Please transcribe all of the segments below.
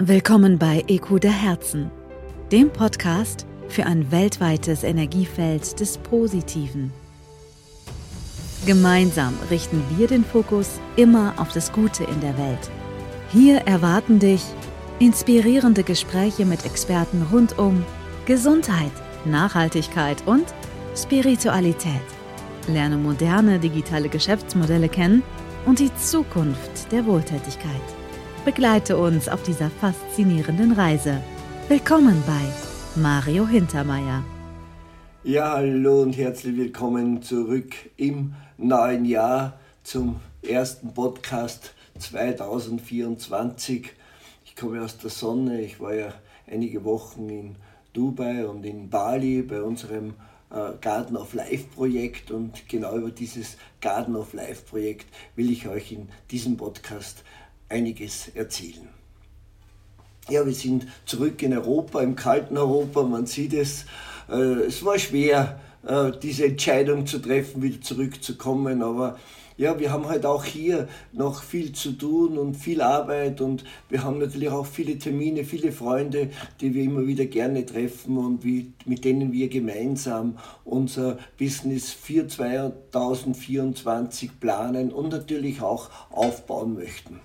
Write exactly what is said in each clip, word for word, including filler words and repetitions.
Willkommen bei E Q der Herzen, dem Podcast für ein weltweites Energiefeld des Positiven. Gemeinsam richten wir den Fokus immer auf das Gute in der Welt. Hier erwarten dich inspirierende Gespräche mit Experten rund um Gesundheit, Nachhaltigkeit und Spiritualität. Lerne moderne digitale Geschäftsmodelle kennen und die Zukunft der Wohltätigkeit. Begleite uns auf dieser faszinierenden Reise. Willkommen bei Mario Hintermeier. Ja, hallo und herzlich willkommen zurück im neuen Jahr zum ersten Podcast zwanzig vierundzwanzig. Ich komme aus der Sonne, ich war ja einige Wochen in Dubai und in Bali bei unserem äh, Garden of Life Projekt, und genau über dieses Garden of Life Projekt will ich euch in diesem Podcast einiges erzählen. Ja, wir sind zurück in Europa, im kalten Europa, man sieht es. Äh, es war schwer, äh, diese Entscheidung zu treffen, wieder zurückzukommen, aber ja, wir haben halt auch hier noch viel zu tun und viel Arbeit, und wir haben natürlich auch viele Termine, viele Freunde, die wir immer wieder gerne treffen und wie, mit denen wir gemeinsam unser Business für zwanzig vierundzwanzig planen und natürlich auch aufbauen möchten.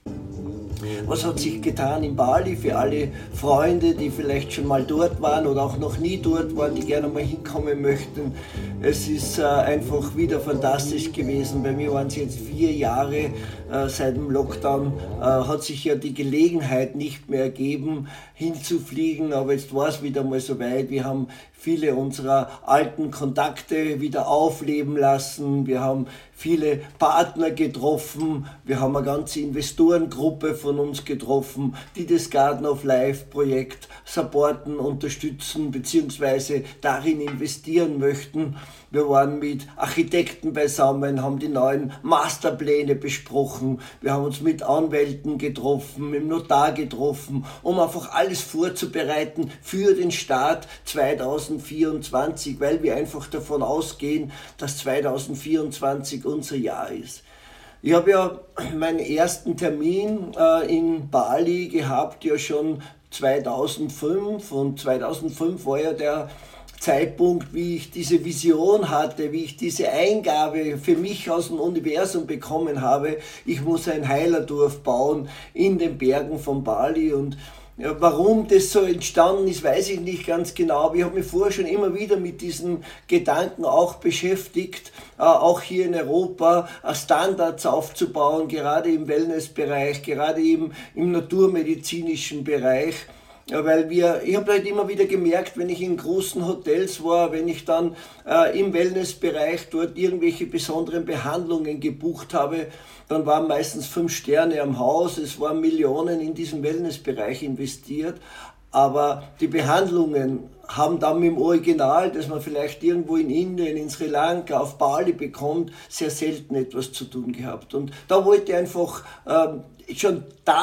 Was hat sich getan in Bali für alle Freunde, die vielleicht schon mal dort waren oder auch noch nie dort waren, die gerne mal hinkommen möchten? Es ist äh, einfach wieder fantastisch gewesen. Bei mir waren es jetzt vier Jahre äh, seit dem Lockdown, äh, hat sich ja die Gelegenheit nicht mehr ergeben, hinzufliegen, aber jetzt war es wieder mal so weit. Wir haben viele unserer alten Kontakte wieder aufleben lassen. Wir haben viele Partner getroffen. Wir haben eine ganze Investorengruppe von uns getroffen, die das Garden of Life Projekt supporten, unterstützen bzw. darin investieren möchten. Wir waren mit Architekten beisammen, haben die neuen Masterpläne besprochen. Wir haben uns mit Anwälten getroffen, mit dem Notar getroffen, um einfach alles vorzubereiten für den Start zwanzig vierundzwanzig, weil wir einfach davon ausgehen, dass zwanzig vierundzwanzig unser Jahr ist. Ich habe ja meinen ersten Termin äh, in Bali gehabt, ja schon zweitausendfünf, und zweitausendfünf war ja der Zeitpunkt, wie ich diese Vision hatte, wie ich diese Eingabe für mich aus dem Universum bekommen habe. Ich muss ein Heilerdorf bauen in den Bergen von Bali, und ja, warum das so entstanden ist, weiß ich nicht ganz genau, aber ich habe mich vorher schon immer wieder mit diesen Gedanken auch beschäftigt, äh, auch hier in Europa äh, Standards aufzubauen, gerade im Wellnessbereich, gerade eben im naturmedizinischen Bereich. Ja, weil wir, ich habe halt immer wieder gemerkt, wenn ich in großen Hotels war, wenn ich dann äh, im Wellnessbereich dort irgendwelche besonderen Behandlungen gebucht habe, dann waren meistens fünf Sterne am Haus, es waren Millionen in diesen Wellnessbereich investiert, aber die Behandlungen haben dann mit dem Original, das man vielleicht irgendwo in Indien, in Sri Lanka, auf Bali bekommt, sehr selten etwas zu tun gehabt. Und da wollte ich einfach ähm, schon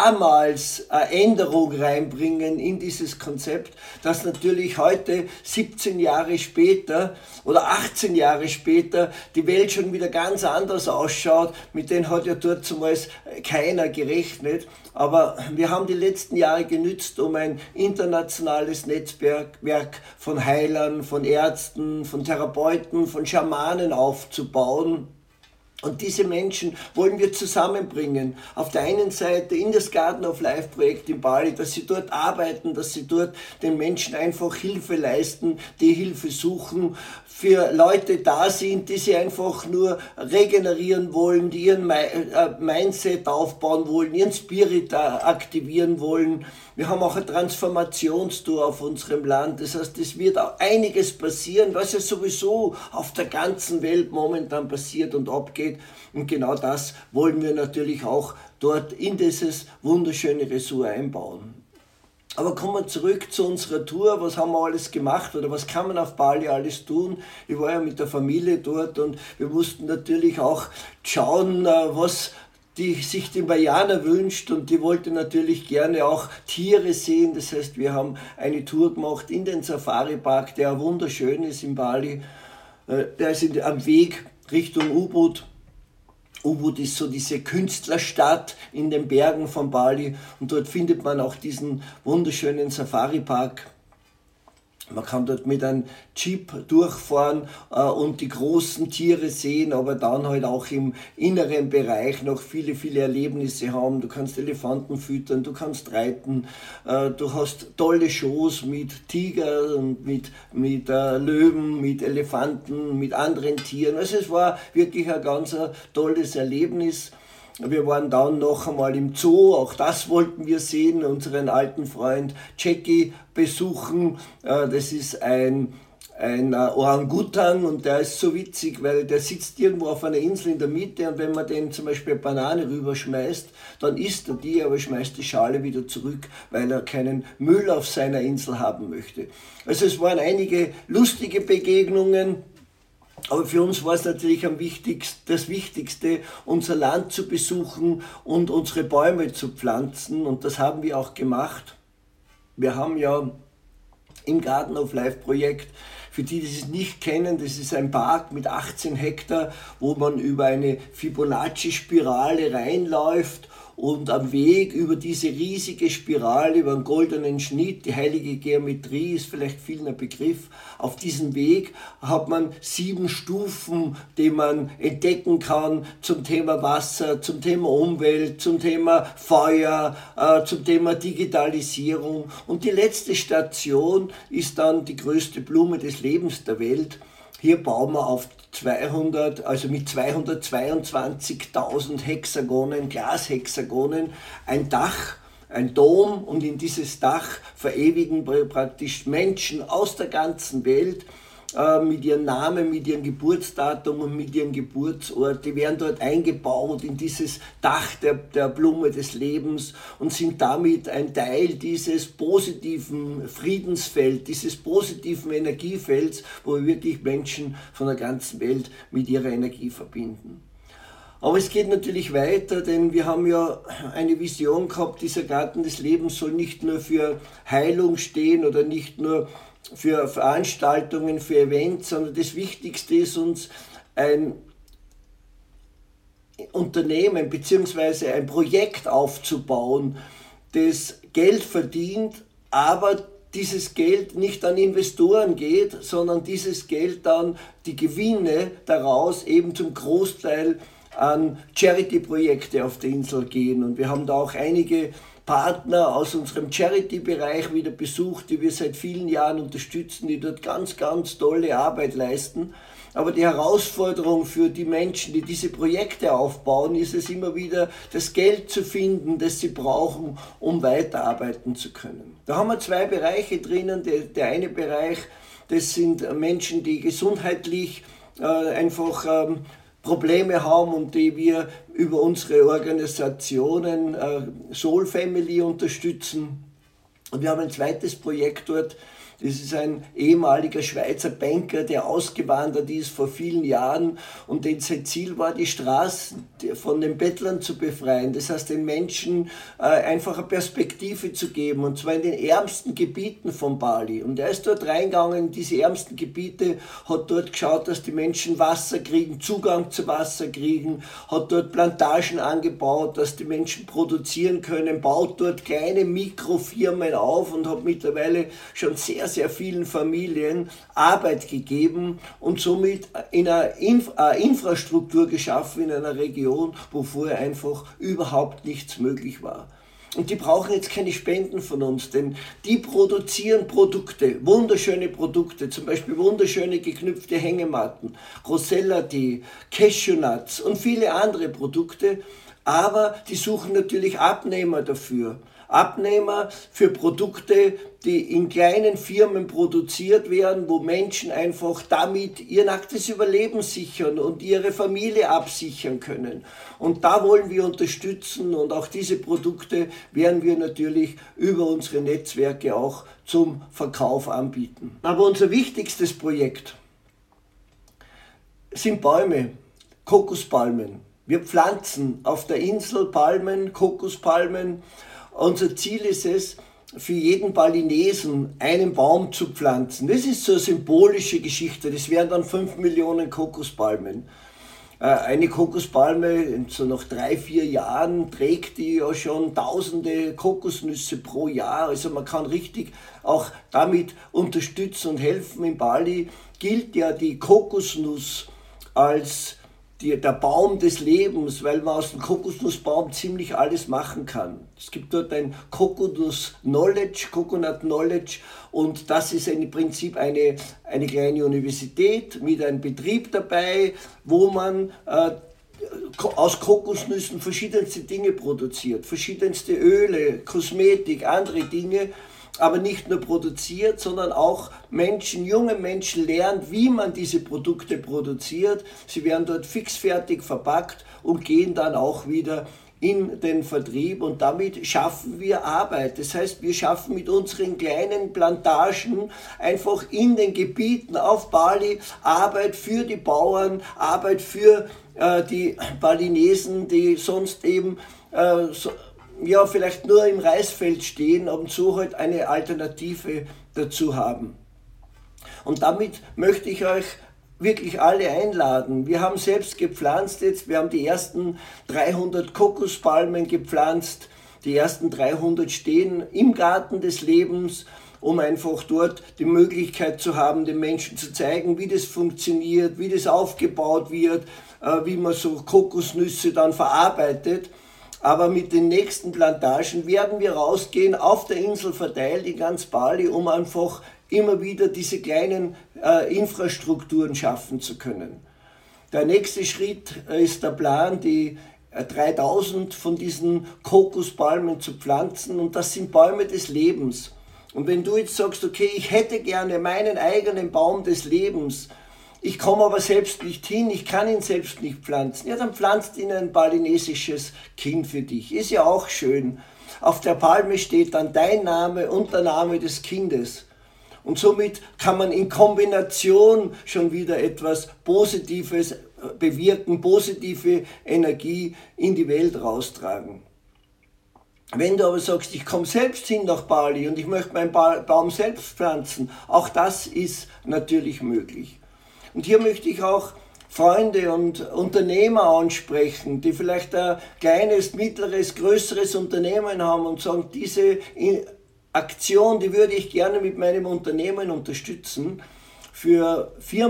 damals eine Änderung reinbringen in dieses Konzept, dass natürlich heute, siebzehn Jahre später oder achtzehn Jahre später, die Welt schon wieder ganz anders ausschaut. Mit denen hat ja dort zumals keiner gerechnet. Aber wir haben die letzten Jahre genützt, um ein internationales Netzwerk von Heilern, von Ärzten, von Therapeuten, von Schamanen aufzubauen. Und diese Menschen wollen wir zusammenbringen. Auf der einen Seite in das Garden of Life Projekt in Bali, dass sie dort arbeiten, dass sie dort den Menschen einfach Hilfe leisten, die Hilfe suchen, für Leute da sind, die sie einfach nur regenerieren wollen, die ihren Mindset aufbauen wollen, ihren Spirit aktivieren wollen. Wir haben auch eine Transformationstour auf unserem Land. Das heißt, es wird auch einiges passieren, was ja sowieso auf der ganzen Welt momentan passiert und abgeht. Und genau das wollen wir natürlich auch dort in dieses wunderschöne Ressort einbauen. Aber kommen wir zurück zu unserer Tour. Was haben wir alles gemacht oder was kann man auf Bali alles tun? Ich war ja mit der Familie dort, und wir mussten natürlich auch schauen, was die sich die Mariana wünscht, und die wollte natürlich gerne auch Tiere sehen. Das heißt, wir haben eine Tour gemacht in den Safari-Park, der wunderschön ist in Bali. Der ist am Weg Richtung U-Boot. Ubud ist so diese Künstlerstadt in den Bergen von Bali und dort findet man auch diesen wunderschönen Safari-Park. Man kann dort mit einem Jeep durchfahren äh, und die großen Tiere sehen, aber dann halt auch im inneren Bereich noch viele, viele Erlebnisse haben. Du kannst Elefanten füttern, du kannst reiten, äh, du hast tolle Shows mit Tigern und mit, mit äh, Löwen, mit Elefanten, mit anderen Tieren. Also es war wirklich ein ganz ein tolles Erlebnis. Wir waren dann noch einmal im Zoo, auch das wollten wir sehen, unseren alten Freund Jackie besuchen. Das ist ein, ein Orangutan und der ist so witzig, weil der sitzt irgendwo auf einer Insel in der Mitte und wenn man den zum Beispiel eine Banane rüberschmeißt, dann isst er die, aber schmeißt die Schale wieder zurück, weil er keinen Müll auf seiner Insel haben möchte. Also es waren einige lustige Begegnungen. Aber für uns war es natürlich am wichtigsten, das Wichtigste, unser Land zu besuchen und unsere Bäume zu pflanzen. Und das haben wir auch gemacht. Wir haben ja im Garden of Life Projekt, für die, die es nicht kennen, das ist ein Park mit achtzehn Hektar, wo man über eine Fibonacci-Spirale reinläuft. Und am Weg über diese riesige Spirale, über einen goldenen Schnitt, die heilige Geometrie ist vielleicht vielen ein Begriff, auf diesem Weg hat man sieben Stufen, die man entdecken kann zum Thema Wasser, zum Thema Umwelt, zum Thema Feuer, äh, zum Thema Digitalisierung. Und die letzte Station ist dann die größte Blume des Lebens der Welt. Hier bauen wir auf zweihundert, also mit zweihundertzweiundzwanzigtausend Hexagonen, Glashexagonen, ein Dach, ein Dom und in dieses Dach verewigen praktisch Menschen aus der ganzen Welt äh, mit ihrem Namen, mit ihrem Geburtsdatum und mit ihrem Geburtsort. Die werden dort eingebaut in dieses Dach der, der Blume des Lebens und sind damit ein Teil dieses positiven Friedensfelds, dieses positiven Energiefelds, wo wir wirklich Menschen von der ganzen Welt mit ihrer Energie verbinden. Aber es geht natürlich weiter, denn wir haben ja eine Vision gehabt, dieser Garten des Lebens soll nicht nur für Heilung stehen oder nicht nur für Veranstaltungen, für Events, sondern das Wichtigste ist uns ein Unternehmen bzw. ein Projekt aufzubauen, das Geld verdient, aber dieses Geld nicht an Investoren geht, sondern dieses Geld dann, die Gewinne daraus eben zum Großteil an Charity-Projekte auf der Insel gehen. Und wir haben da auch einige Partner aus unserem Charity-Bereich wieder besucht, die wir seit vielen Jahren unterstützen, die dort ganz, ganz tolle Arbeit leisten. Aber die Herausforderung für die Menschen, die diese Projekte aufbauen, ist es immer wieder, das Geld zu finden, das sie brauchen, um weiterarbeiten zu können. Da haben wir zwei Bereiche drinnen. Der, der eine Bereich, das sind Menschen, die gesundheitlich äh, einfach ähm, Probleme haben und die wir über unsere Organisationen äh, Soul Family unterstützen. Und wir haben ein zweites Projekt dort. Das ist ein ehemaliger Schweizer Banker, der ausgewandert ist vor vielen Jahren und den sein Ziel war, die Straßen von den Bettlern zu befreien. Das heißt, den Menschen äh, einfach eine Perspektive zu geben, und zwar in den ärmsten Gebieten von Bali. Und er ist dort reingegangen in diese ärmsten Gebiete, hat dort geschaut, dass die Menschen Wasser kriegen, Zugang zu Wasser kriegen, hat dort Plantagen angebaut, dass die Menschen produzieren können, baut dort kleine Mikrofirmen auf und hat mittlerweile schon sehr, sehr vielen Familien Arbeit gegeben und somit in eine Inf- eine Infrastruktur geschaffen in einer Region, wo vorher einfach überhaupt nichts möglich war. Und die brauchen jetzt keine Spenden von uns, denn die produzieren Produkte, wunderschöne Produkte, zum Beispiel wunderschöne geknüpfte Hängematten, Rosella-Tee, Cashewnuts und viele andere Produkte, aber die suchen natürlich Abnehmer dafür. Abnehmer für Produkte, die in kleinen Firmen produziert werden, wo Menschen einfach damit ihr nacktes Überleben sichern und ihre Familie absichern können. Und da wollen wir unterstützen, und auch diese Produkte werden wir natürlich über unsere Netzwerke auch zum Verkauf anbieten. Aber unser wichtigstes Projekt sind Bäume, Kokospalmen. Wir pflanzen auf der Insel Palmen, Kokospalmen. Unser Ziel ist es, für jeden Balinesen einen Baum zu pflanzen. Das ist so eine symbolische Geschichte. Das wären dann fünf Millionen Kokospalmen. Eine Kokospalme, so nach drei, vier Jahren, trägt die ja schon tausende Kokosnüsse pro Jahr. Also man kann richtig auch damit unterstützen und helfen. In Bali gilt ja die Kokosnuss als die, der Baum des Lebens, weil man aus dem Kokosnussbaum ziemlich alles machen kann. Es gibt dort ein Coconut Knowledge, Coconut Knowledge, und das ist im Prinzip eine, eine kleine Universität mit einem Betrieb dabei, wo man äh, aus Kokosnüssen verschiedenste Dinge produziert, verschiedenste Öle, Kosmetik, andere Dinge, aber nicht nur produziert, sondern auch Menschen, junge Menschen lernen, wie man diese Produkte produziert. Sie werden dort fixfertig verpackt und gehen dann auch wieder in den Vertrieb, und damit schaffen wir Arbeit. Das heißt, wir schaffen mit unseren kleinen Plantagen einfach in den Gebieten auf Bali Arbeit für die Bauern, Arbeit für äh, die Balinesen, die sonst eben äh, so, ja, vielleicht nur im Reisfeld stehen, aber so halt eine Alternative dazu haben. Und damit möchte ich euch wirklich alle einladen. Wir haben selbst gepflanzt jetzt, wir haben die ersten dreihundert Kokospalmen gepflanzt, die ersten dreihundert stehen im Garten des Lebens, um einfach dort die Möglichkeit zu haben, den Menschen zu zeigen, wie das funktioniert, wie das aufgebaut wird, wie man so Kokosnüsse dann verarbeitet. Aber mit den nächsten Plantagen werden wir rausgehen, auf der Insel verteilt in ganz Bali, um einfach immer wieder diese kleinen äh, Infrastrukturen schaffen zu können. Der nächste Schritt äh, ist der Plan, die äh, dreitausend von diesen Kokospalmen zu pflanzen, und das sind Bäume des Lebens. Und wenn du jetzt sagst, okay, ich hätte gerne meinen eigenen Baum des Lebens, ich komme aber selbst nicht hin, ich kann ihn selbst nicht pflanzen, ja, dann pflanzt ihn ein balinesisches Kind für dich. Ist ja auch schön. Auf der Palme steht dann dein Name und der Name des Kindes. Und somit kann man in Kombination schon wieder etwas Positives bewirken, positive Energie in die Welt raustragen. Wenn du aber sagst, ich komme selbst hin nach Bali und ich möchte meinen Baum selbst pflanzen, auch das ist natürlich möglich. Und hier möchte ich auch Freunde und Unternehmer ansprechen, die vielleicht ein kleines, mittleres, größeres Unternehmen haben und sagen, diese Aktion, die würde ich gerne mit meinem Unternehmen unterstützen. Für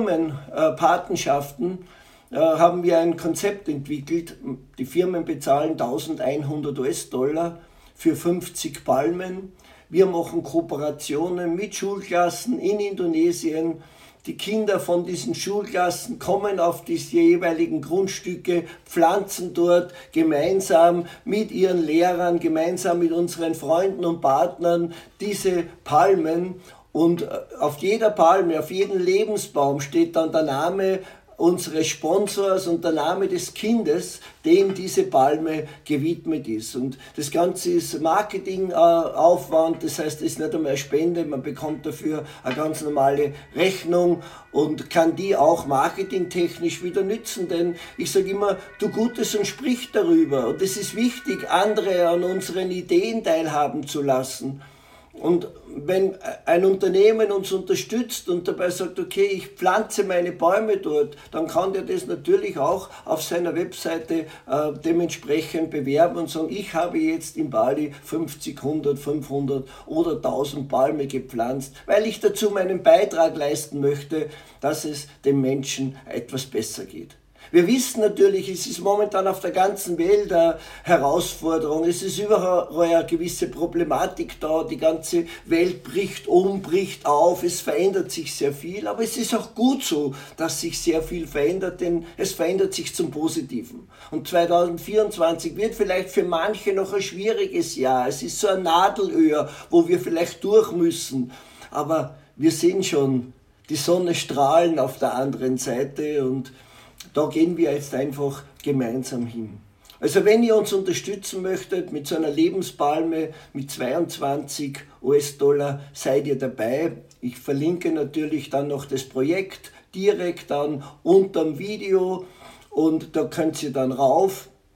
Firmenpatenschaften äh, haben wir ein Konzept entwickelt. Die Firmen bezahlen eintausendeinhundert US-Dollar für fünfzig Palmen. Wir machen Kooperationen mit Schulklassen in Indonesien. Die Kinder von diesen Schulklassen kommen auf die jeweiligen Grundstücke, pflanzen dort gemeinsam mit ihren Lehrern, gemeinsam mit unseren Freunden und Partnern diese Palmen. Und auf jeder Palme, auf jedem Lebensbaum steht dann der Name unseres Sponsors und der Name des Kindes, dem diese Palme gewidmet ist. Und das Ganze ist Marketingaufwand, das heißt, es ist nicht einmal Spende, man bekommt dafür eine ganz normale Rechnung und kann die auch marketingtechnisch wieder nützen, denn ich sage immer, tu Gutes und sprich darüber. Und es ist wichtig, andere an unseren Ideen teilhaben zu lassen. Und wenn ein Unternehmen uns unterstützt und dabei sagt, okay, ich pflanze meine Bäume dort, dann kann der das natürlich auch auf seiner Webseite äh, dementsprechend bewerben und sagen, ich habe jetzt in Bali fünfzig, hundert, fünfhundert oder tausend Bäume gepflanzt, weil ich dazu meinen Beitrag leisten möchte, dass es den Menschen etwas besser geht. Wir wissen natürlich, es ist momentan auf der ganzen Welt eine Herausforderung. Es ist überall eine gewisse Problematik da. Die ganze Welt bricht um, bricht auf. Es verändert sich sehr viel. Aber es ist auch gut so, dass sich sehr viel verändert, denn es verändert sich zum Positiven. Und zweitausendvierundzwanzig wird vielleicht für manche noch ein schwieriges Jahr. Es ist so ein Nadelöhr, wo wir vielleicht durch müssen. Aber wir sehen schon die Sonne strahlen auf der anderen Seite, und da gehen wir jetzt einfach gemeinsam hin. Also wenn ihr uns unterstützen möchtet mit so einer Lebenspalme mit zweiundzwanzig US-Dollar, seid ihr dabei. Ich verlinke natürlich dann noch das Projekt direkt dann unterm Video, und da könnt ihr dann rauf.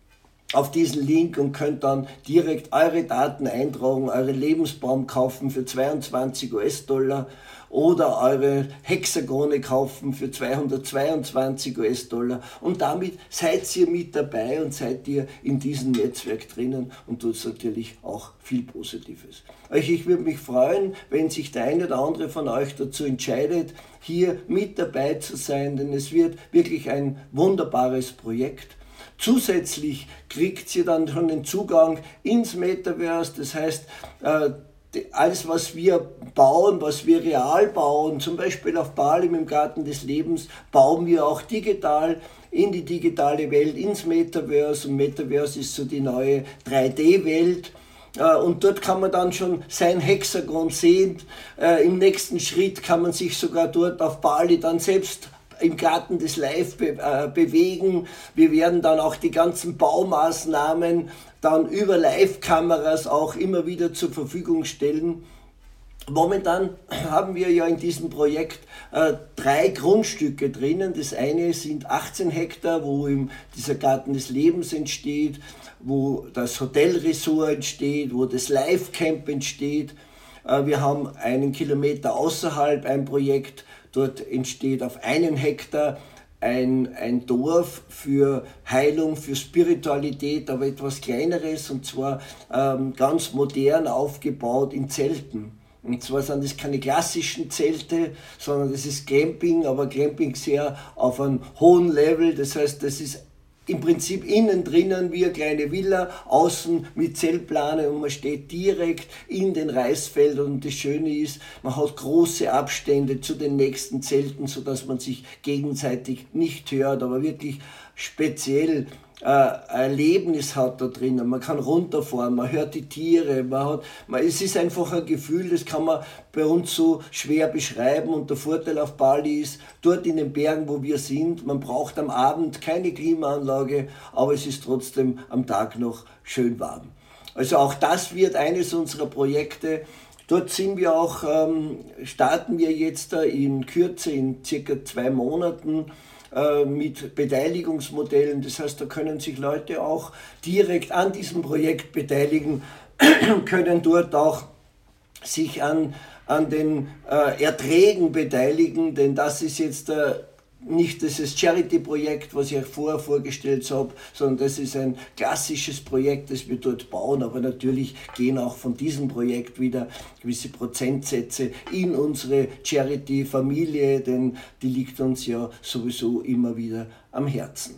auf diesen Link und könnt dann direkt eure Daten eintragen, eure Lebensbaum kaufen für zweiundzwanzig US-Dollar oder eure Hexagone kaufen für zweihundertzweiundzwanzig US-Dollar und damit seid ihr mit dabei und seid ihr in diesem Netzwerk drinnen und tut natürlich auch viel Positives. Also ich würde mich freuen, wenn sich der eine oder andere von euch dazu entscheidet, hier mit dabei zu sein, denn es wird wirklich ein wunderbares Projekt. Zusätzlich kriegt ihr dann schon den Zugang ins Metaverse, das heißt, alles, was wir bauen, was wir real bauen, zum Beispiel auf Bali im Garten des Lebens, bauen wir auch digital in die digitale Welt, ins Metaverse. Und Metaverse ist so die neue drei D Welt. Und dort kann man dann schon sein Hexagon sehen. Im nächsten Schritt kann man sich sogar dort auf Bali dann selbst im Garten des Live be äh, bewegen. Wir werden dann auch die ganzen Baumaßnahmen dann über Live-Kameras auch immer wieder zur Verfügung stellen. Momentan haben wir ja in diesem Projekt äh, drei Grundstücke drinnen. Das eine sind achtzehn Hektar, wo eben dieser Garten des Lebens entsteht, wo das Hotelresort entsteht, wo das Live-Camp entsteht. Äh, wir haben einen Kilometer außerhalb ein Projekt. Dort entsteht auf einen Hektar ein, ein Dorf für Heilung, für Spiritualität, aber etwas Kleineres und zwar ähm, ganz modern aufgebaut in Zelten. Und zwar sind das keine klassischen Zelte, sondern das ist Glamping, aber Glamping sehr auf einem hohen Level. Das heißt, das ist im Prinzip innen drinnen wie eine kleine Villa, außen mit Zeltplane und man steht direkt in den Reisfeldern und das Schöne ist, man hat große Abstände zu den nächsten Zelten, sodass man sich gegenseitig nicht hört, aber wirklich speziell äh, ein Erlebnis hat da drinnen. Man kann runterfahren, man hört die Tiere, man hat, man, es ist einfach ein Gefühl, das kann man bei uns so schwer beschreiben und der Vorteil auf Bali ist, dort in den Bergen, wo wir sind, man braucht am Abend keine Klimaanlage, aber es ist trotzdem am Tag noch schön warm. Also auch das wird eines unserer Projekte. Dort sind wir auch, ähm, starten wir jetzt in Kürze, in circa zwei Monaten, mit Beteiligungsmodellen. Das heißt, da können sich Leute auch direkt an diesem Projekt beteiligen, können dort auch sich an, an den äh, Erträgen beteiligen, denn das ist jetzt äh, nicht dieses Charity-Projekt, was ich euch vorher vorgestellt habe, sondern das ist ein klassisches Projekt, das wir dort bauen, aber natürlich gehen auch von diesem Projekt wieder gewisse Prozentsätze in unsere Charity-Familie, denn die liegt uns ja sowieso immer wieder am Herzen.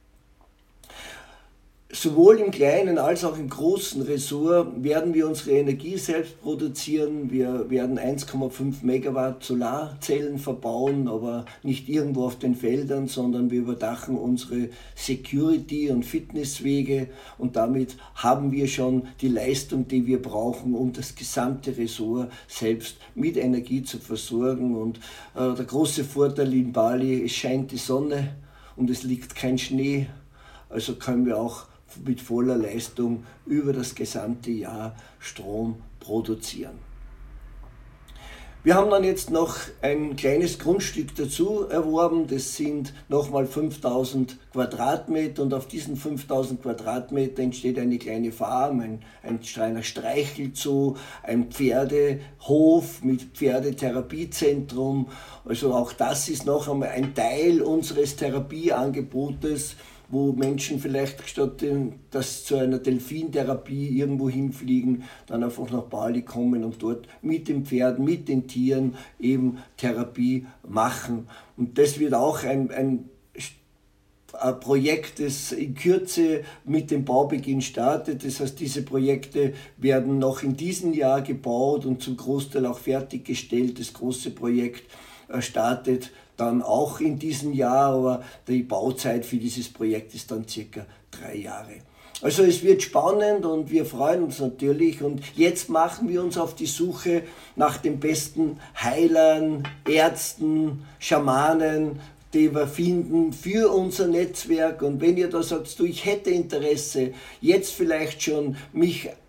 Sowohl im kleinen als auch im großen Ressort werden wir unsere Energie selbst produzieren. Wir werden eins Komma fünf Megawatt Solarzellen verbauen, aber nicht irgendwo auf den Feldern, sondern wir überdachen unsere Security- und Fitnesswege und damit haben wir schon die Leistung, die wir brauchen, um das gesamte Ressort selbst mit Energie zu versorgen. Und äh, der große Vorteil in Bali, es scheint die Sonne und es liegt kein Schnee, also können wir auch mit voller Leistung über das gesamte Jahr Strom produzieren. Wir haben dann jetzt noch ein kleines Grundstück dazu erworben, das sind nochmal fünftausend Quadratmeter und auf diesen fünftausend Quadratmeter entsteht eine kleine Farm, ein, ein kleiner Streichelzoo, ein Pferdehof mit Pferdetherapiezentrum, also auch das ist noch einmal ein Teil unseres Therapieangebotes, wo Menschen vielleicht statt dass zu einer Delfintherapie irgendwo hinfliegen, dann einfach nach Bali kommen und dort mit den Pferden, mit den Tieren eben Therapie machen. Und das wird auch ein, ein, ein Projekt, das in Kürze mit dem Baubeginn startet. Das heißt, diese Projekte werden noch in diesem Jahr gebaut und zum Großteil auch fertiggestellt. Das große Projekt startet dann auch in diesem Jahr, aber die Bauzeit für dieses Projekt ist dann circa drei Jahre. Also es wird spannend und wir freuen uns natürlich und jetzt machen wir uns auf die Suche nach den besten Heilern, Ärzten, Schamanen, die wir finden für unser Netzwerk und wenn ihr da sagt, du, ich hätte Interesse, jetzt vielleicht schon mich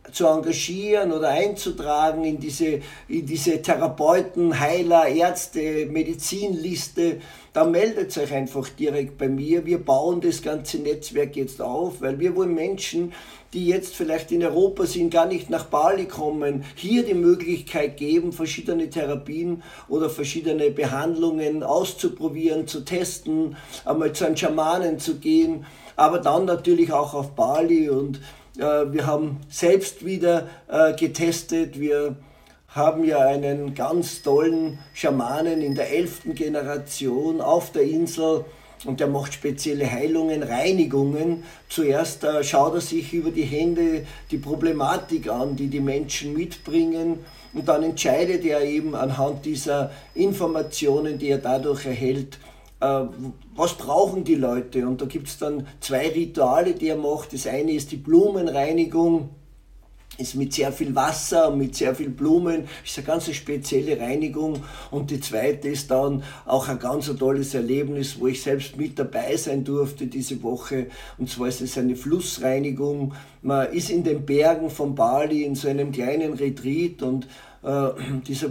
zu engagieren oder einzutragen in diese, in diese Therapeuten, Heiler, Ärzte, Medizinliste, dann meldet euch einfach direkt bei mir. Wir bauen das ganze Netzwerk jetzt auf, weil wir wollen Menschen, die jetzt vielleicht in Europa sind, gar nicht nach Bali kommen, hier die Möglichkeit geben, verschiedene Therapien oder verschiedene Behandlungen auszuprobieren, zu testen, einmal zu einem Schamanen zu gehen, aber dann natürlich auch auf Bali. Und äh, wir haben selbst wieder äh, getestet. Wir haben ja einen ganz tollen Schamanen in der elften Generation auf der Insel. Und der macht spezielle Heilungen, Reinigungen. Zuerst äh, schaut er sich über die Hände die Problematik an, die die Menschen mitbringen. Und dann entscheidet er eben anhand dieser Informationen, die er dadurch erhält, äh, was brauchen die Leute. Und da gibt es dann zwei Rituale, die er macht. Das eine ist die Blumenreinigung. Ist mit sehr viel Wasser und mit sehr viel Blumen, ist eine ganz spezielle Reinigung. Und die zweite ist dann auch ein ganz tolles Erlebnis, wo ich selbst mit dabei sein durfte diese Woche. Und zwar ist es eine Flussreinigung. Man ist in den Bergen von Bali in so einem kleinen Retreat und äh, dieser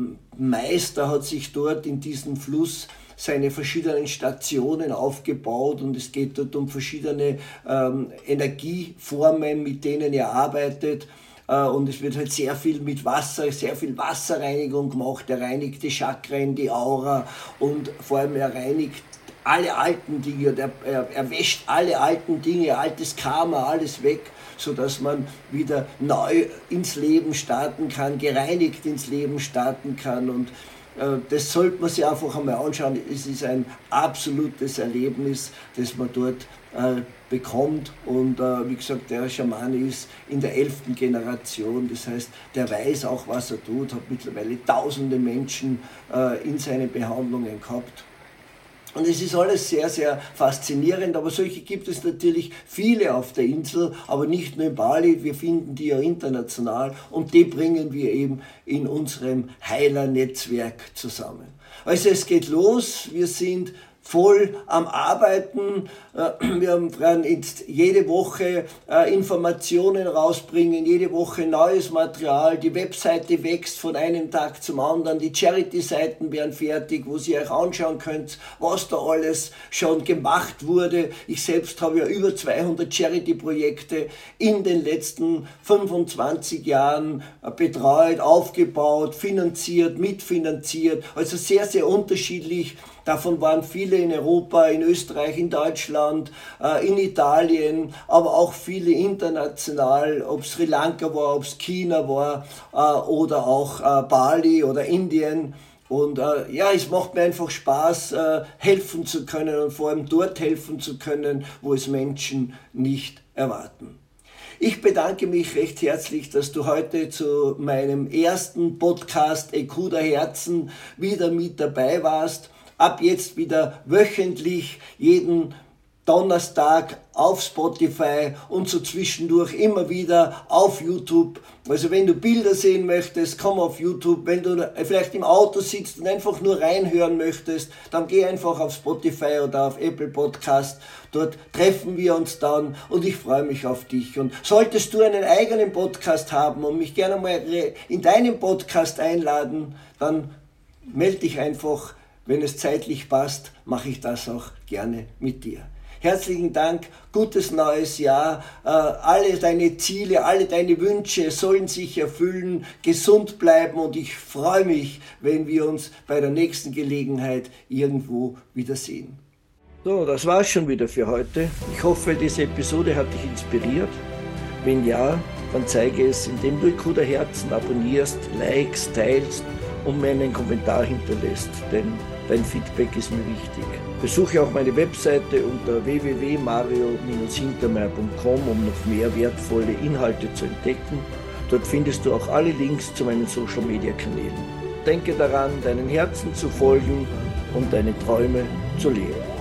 Meister hat sich dort in diesem Fluss seine verschiedenen Stationen aufgebaut und es geht dort um verschiedene ähm, Energieformen, mit denen er arbeitet. Äh, und es wird halt sehr viel mit Wasser, sehr viel Wasserreinigung gemacht. Er reinigt die Chakren, die Aura und vor allem er reinigt alle alten Dinge, er, er, er wäscht alle alten Dinge, altes Karma, alles weg, sodass man wieder neu ins Leben starten kann, gereinigt ins Leben starten kann. Und das sollte man sich einfach einmal anschauen. Es ist ein absolutes Erlebnis, das man dort äh, bekommt. Und äh, wie gesagt, der Schamane ist in der elften Generation. Das heißt, der weiß auch, was er tut, hat mittlerweile tausende Menschen äh, in seinen Behandlungen gehabt. Und es ist alles sehr, sehr faszinierend, aber solche gibt es natürlich viele auf der Insel, aber nicht nur in Bali, wir finden die ja international und die bringen wir eben in unserem Heiler-Netzwerk zusammen. Also es geht los, wir sind voll am Arbeiten. Wir werden jetzt jede Woche Informationen rausbringen, jede Woche neues Material. Die Webseite wächst von einem Tag zum anderen. Die Charity-Seiten werden fertig, wo ihr euch anschauen könnt, was da alles schon gemacht wurde. Ich selbst habe ja über zweihundert Charity-Projekte in den letzten fünfundzwanzig Jahren betreut, aufgebaut, finanziert, mitfinanziert. Also sehr, sehr unterschiedlich. Davon waren viele in Europa, in Österreich, in Deutschland, äh, in Italien, aber auch viele international, ob Sri Lanka war, ob es China war äh, oder auch äh, Bali oder Indien. Und äh, ja, es macht mir einfach Spaß, äh, helfen zu können und vor allem dort helfen zu können, wo es Menschen nicht erwarten. Ich bedanke mich recht herzlich, dass du heute zu meinem ersten Podcast E Q der Herzen wieder mit dabei warst. Ab jetzt wieder wöchentlich, jeden Donnerstag auf Spotify und so zwischendurch immer wieder auf YouTube. Also wenn du Bilder sehen möchtest, komm auf YouTube. Wenn du vielleicht im Auto sitzt und einfach nur reinhören möchtest, dann geh einfach auf Spotify oder auf Apple Podcast. Dort treffen wir uns dann und ich freue mich auf dich. Und solltest du einen eigenen Podcast haben und mich gerne mal in deinen Podcast einladen, dann melde dich einfach. Wenn es zeitlich passt, mache ich das auch gerne mit dir. Herzlichen Dank, gutes neues Jahr. Äh, alle deine Ziele, alle deine Wünsche sollen sich erfüllen, gesund bleiben und ich freue mich, wenn wir uns bei der nächsten Gelegenheit irgendwo wiedersehen. So, das war's schon wieder für heute. Ich hoffe, diese Episode hat dich inspiriert. Wenn ja, dann zeige es, indem du E Q der Herzen abonnierst, likes, teilst und mir einen Kommentar hinterlässt, denn dein Feedback ist mir wichtig. Besuche auch meine Webseite unter w w w punkt mario Bindestrich hintermeier punkt com, um noch mehr wertvolle Inhalte zu entdecken. Dort findest du auch alle Links zu meinen Social Media Kanälen. Denke daran, deinen Herzen zu folgen und deine Träume zu leben.